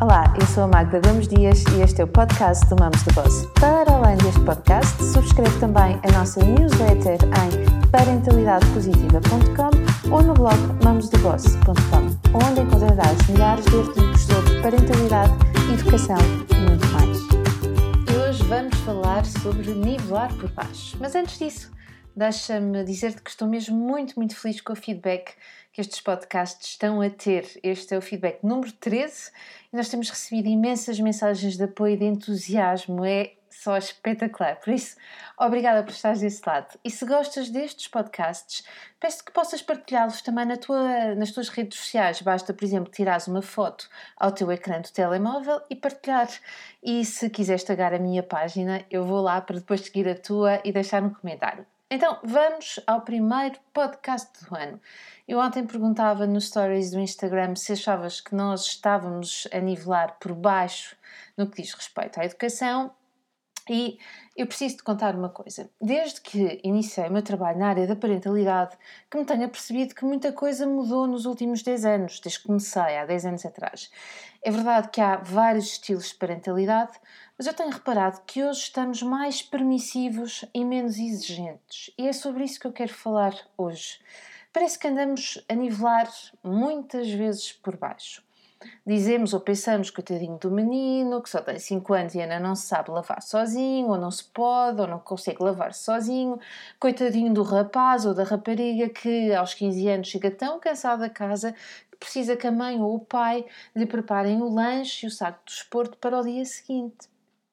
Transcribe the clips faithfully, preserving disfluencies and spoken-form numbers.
Olá, eu sou a Magda Gomes Dias e este é o podcast do Mamos do Boss. Para além deste podcast, subscreve também a nossa newsletter em parentalidade positiva ponto com ou no blog mamos do boss ponto com, onde encontrarás milhares de artigos sobre parentalidade, educação e muito mais. E hoje vamos falar sobre nivelar por baixo. Mas antes disso, deixa-me dizer-te que estou mesmo muito, muito feliz com o feedback que estes podcasts estão a ter. Este é o feedback número treze e nós temos recebido imensas mensagens de apoio e de entusiasmo. É só espetacular. Por isso, obrigada por estares desse lado. E se gostas destes podcasts, peço que possas partilhá-los também na tua, nas tuas redes sociais. Basta, por exemplo, tirares uma foto ao teu ecrã do telemóvel e partilhar. E se quiseres tagar a minha página, eu vou lá para depois seguir a tua e deixar um comentário. Então, vamos ao primeiro podcast do ano. Eu ontem perguntava nos stories do Instagram se achavas que nós estávamos a nivelar por baixo no que diz respeito à educação e eu preciso te contar uma coisa. Desde que iniciei o meu trabalho na área da parentalidade, que me tenho apercebido que muita coisa mudou nos últimos dez anos, desde que comecei, há dez anos atrás. É verdade que há vários estilos de parentalidade, mas eu tenho reparado que hoje estamos mais permissivos e menos exigentes. E é sobre isso que eu quero falar hoje. Parece que andamos a nivelar muitas vezes por baixo. Dizemos ou pensamos, coitadinho do menino, que só tem cinco anos e ainda não se sabe lavar sozinho, ou não se pode, ou não consegue lavar sozinho. Coitadinho do rapaz ou da rapariga que aos quinze anos chega tão cansado da casa que precisa que a mãe ou o pai lhe preparem o lanche e o saco de desporto para o dia seguinte.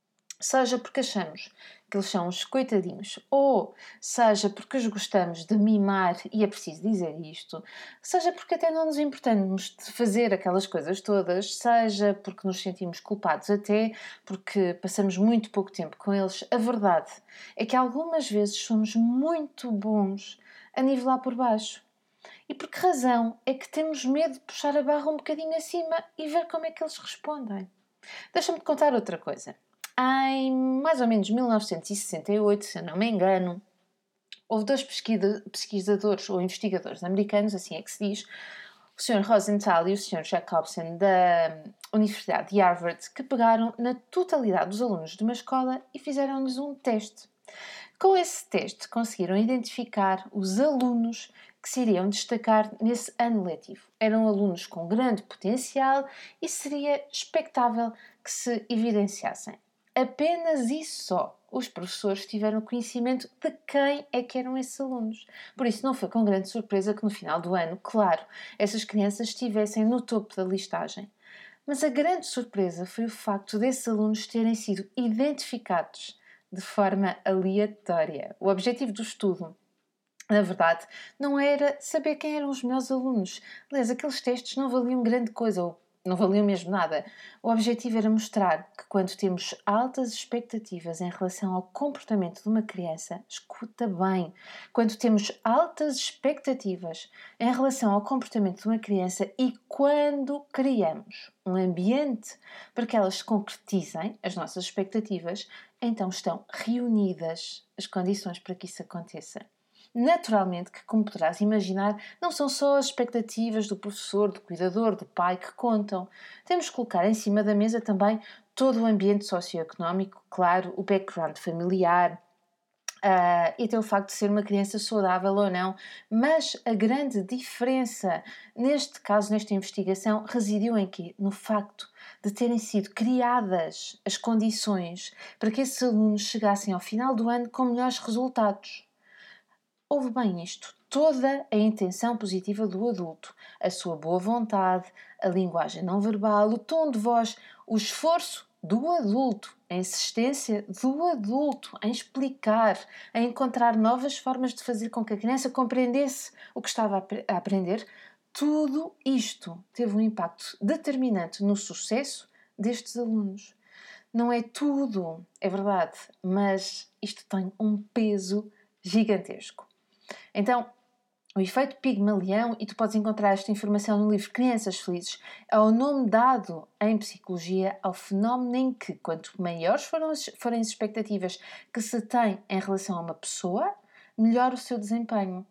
Seja porque achamos que eles são uns coitadinhos, ou seja porque os gostamos de mimar, e é preciso dizer isto, seja porque até não nos importamos de fazer aquelas coisas todas, seja porque nos sentimos culpados até porque passamos muito pouco tempo com eles, a verdade é que algumas vezes somos muito bons a nivelar por baixo. E por que razão é que temos medo de puxar a barra um bocadinho acima e ver como é que eles respondem? Deixa-me te contar outra coisa. Em mais ou menos mil novecentos e sessenta e oito, se eu não me engano, houve dois pesquisadores ou investigadores americanos, assim é que se diz, o senhor Rosenthal e o senhor Jacobson da Universidade de Harvard, que pegaram na totalidade dos alunos de uma escola e fizeram-lhes um teste. Com esse teste conseguiram identificar os alunos que se iriam destacar nesse ano letivo. Eram alunos com grande potencial e seria expectável que se evidenciassem. Apenas isso só. Os professores tiveram conhecimento de quem é que eram esses alunos. Por isso não foi com grande surpresa que no final do ano, claro, essas crianças estivessem no topo da listagem. Mas a grande surpresa foi o facto desses alunos terem sido identificados de forma aleatória. O objetivo do estudo, na verdade, não era saber quem eram os melhores alunos. Aliás, aqueles testes não valiam grande coisa, ou não valiam mesmo nada. O objetivo era mostrar que quando temos altas expectativas em relação ao comportamento de uma criança, escuta bem, quando temos altas expectativas em relação ao comportamento de uma criança e quando criamos um ambiente para que elas se concretizem, as nossas expectativas, então estão reunidas as condições para que isso aconteça. Naturalmente que, como poderás imaginar, não são só as expectativas do professor, do cuidador, do pai que contam. Temos que colocar em cima da mesa também todo o ambiente socioeconómico, claro, o background familiar, Uh, e até o facto de ser uma criança saudável ou não, mas a grande diferença neste caso, nesta investigação, residiu em quê? No facto de terem sido criadas as condições para que esses alunos chegassem ao final do ano com melhores resultados. Ouve bem isto, toda a intenção positiva do adulto, a sua boa vontade, a linguagem não verbal, o tom de voz, o esforço do adulto, a insistência do adulto em explicar, em encontrar novas formas de fazer com que a criança compreendesse o que estava a aprender, tudo isto teve um impacto determinante no sucesso destes alunos. Não é tudo, é verdade, mas isto tem um peso gigantesco. Então, o efeito Pigmalião, e tu podes encontrar esta informação no livro Crianças Felizes, é o nome dado em psicologia ao fenómeno em que, quanto maiores forem as, forem as expectativas que se tem em relação a uma pessoa, melhor o seu desempenho.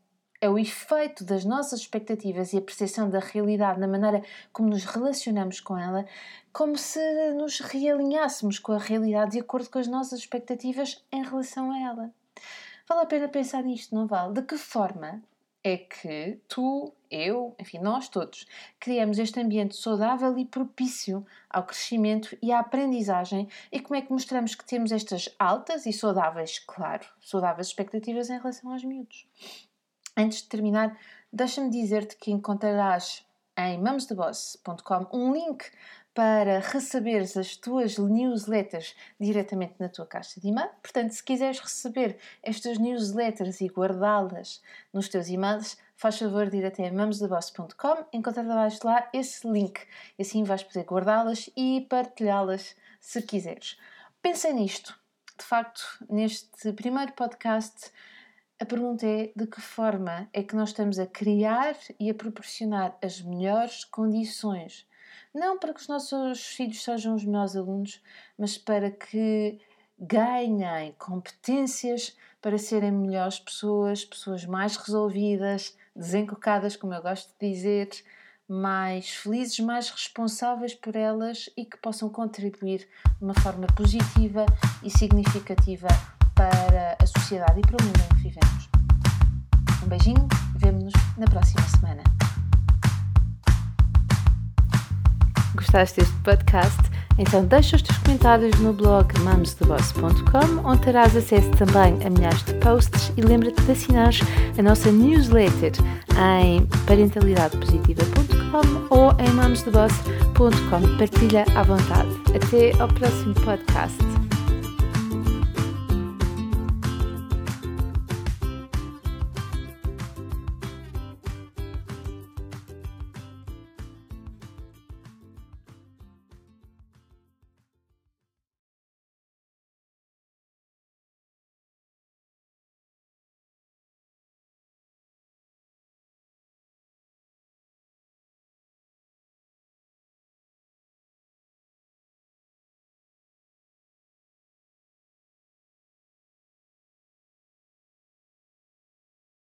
é o efeito das nossas expectativas e a percepção da realidade na maneira como nos relacionamos com ela, como se nos realinhássemos com a realidade de acordo com as nossas expectativas em relação a ela. Vale a pena pensar nisto, não vale? De que forma é que tu, eu, enfim, nós todos, criamos este ambiente saudável e propício ao crescimento e à aprendizagem, e como é que mostramos que temos estas altas e saudáveis, claro, saudáveis expectativas em relação aos miúdos. Antes de terminar, deixa-me dizer-te que encontrarás em mames the boss ponto com um link para receberes as tuas newsletters diretamente na tua caixa de e-mail. Portanto, se quiseres receber estas newsletters e guardá-las nos teus e-mails, faz favor de ir até mames the boss ponto com, encontrarás lá esse link. E assim vais poder guardá-las e partilhá-las se quiseres. Pensa nisto. De facto, neste primeiro podcast, a pergunta é de que forma é que nós estamos a criar e a proporcionar as melhores condições, não para que os nossos filhos sejam os melhores alunos, mas para que ganhem competências para serem melhores pessoas, pessoas mais resolvidas, desencocadas, como eu gosto de dizer, mais felizes, mais responsáveis por elas e que possam contribuir de uma forma positiva e significativa para a sociedade e para o mundo em que vivemos. Um beijinho, vemo-nos na próxima semana. Gostaste deste podcast? Então deixa os teus comentários no blog mames the boss ponto com, onde terás acesso também a milhares de posts, e lembra-te de assinares a nossa newsletter em parentalidade positiva ponto com ou em mames the boss ponto com. Partilha à vontade. Até ao próximo podcast.